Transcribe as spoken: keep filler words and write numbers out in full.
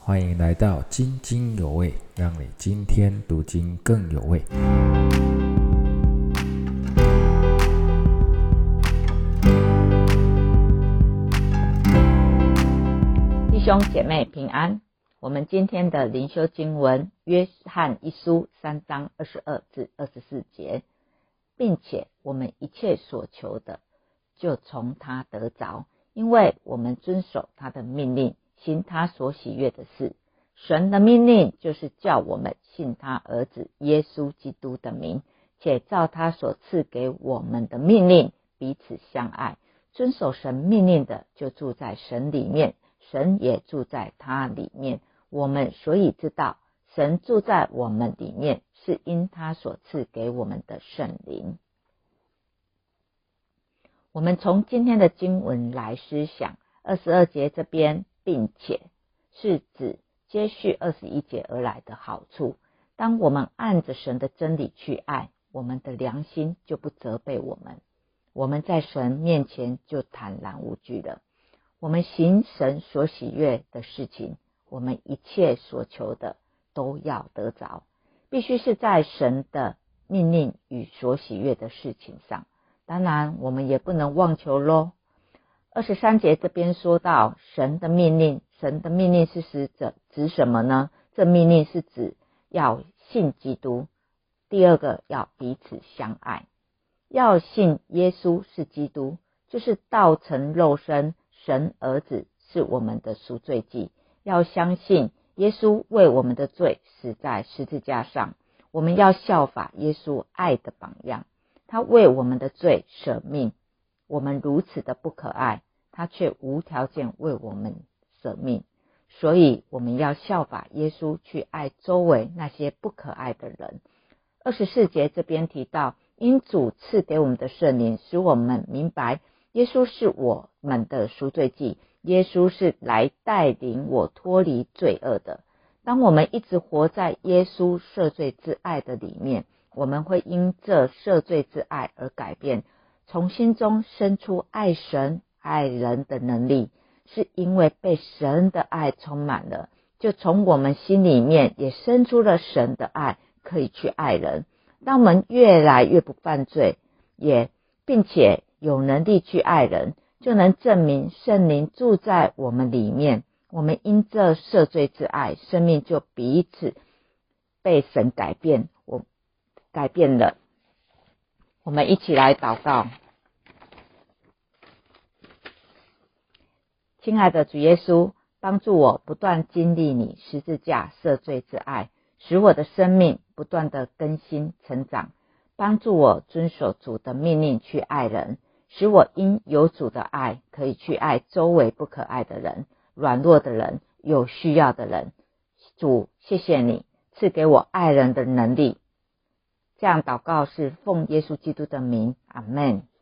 欢迎来到津津有味，让你今天读经更有味。 弟兄姐妹平安，我们今天的灵修经文约翰一书三章二十二至二十四节，并且我们一切所求的就从他得着，因为我们遵守他的命令，行他所喜悦的事。神的命令就是叫我们信他儿子耶稣基督的名，且照他所赐给我们的命令彼此相爱。遵守神命令的就住在神里面，神也住在他里面。我们所以知道神住在我们里面，是因他所赐给我们的圣灵。我们从今天的经文来思想，二十二节这边并且是指接续二十一节而来的好处。当我们按着神的真理去爱，我们的良心就不责备我们，我们在神面前就坦然无惧了。我们行神所喜悦的事情，我们一切所求的都要得着，必须是在神的命令与所喜悦的事情上。当然我们也不能妄求咯。二十三节这边说到神的命令，神的命令是指指什么呢？这命令是指要信基督，第二个要彼此相爱。要信耶稣是基督，就是道成肉身，神儿子是我们的赎罪祭。要相信耶稣为我们的罪死在十字架上，我们要效法耶稣爱的榜样，他为我们的罪舍命，我们如此的不可爱，他却无条件为我们舍命，所以我们要效法耶稣去爱周围那些不可爱的人。二十四节这边提到，因主赐给我们的圣灵，使我们明白耶稣是我们的赎罪祭，耶稣是来带领我脱离罪恶的。当我们一直活在耶稣赦罪之爱的里面，我们会因这赦罪之爱而改变，从心中生出爱神爱人的能力，是因为被神的爱充满了，就从我们心里面也生出了神的爱，可以去爱人。当我们越来越不犯罪，也并且有能力去爱人，就能证明圣灵住在我们里面，我们因这赦罪之爱，生命就彼此被神改变，我改变了。我们一起来祷告。亲爱的主耶稣，帮助我不断经历你十字架赦罪之爱，使我的生命不断的更新成长，帮助我遵守主的命令去爱人，使我因有主的爱可以去爱周围不可爱的人，软弱的人，有需要的人。主，谢谢你赐给我爱人的能力。这样祷告是奉耶稣基督的名，阿们。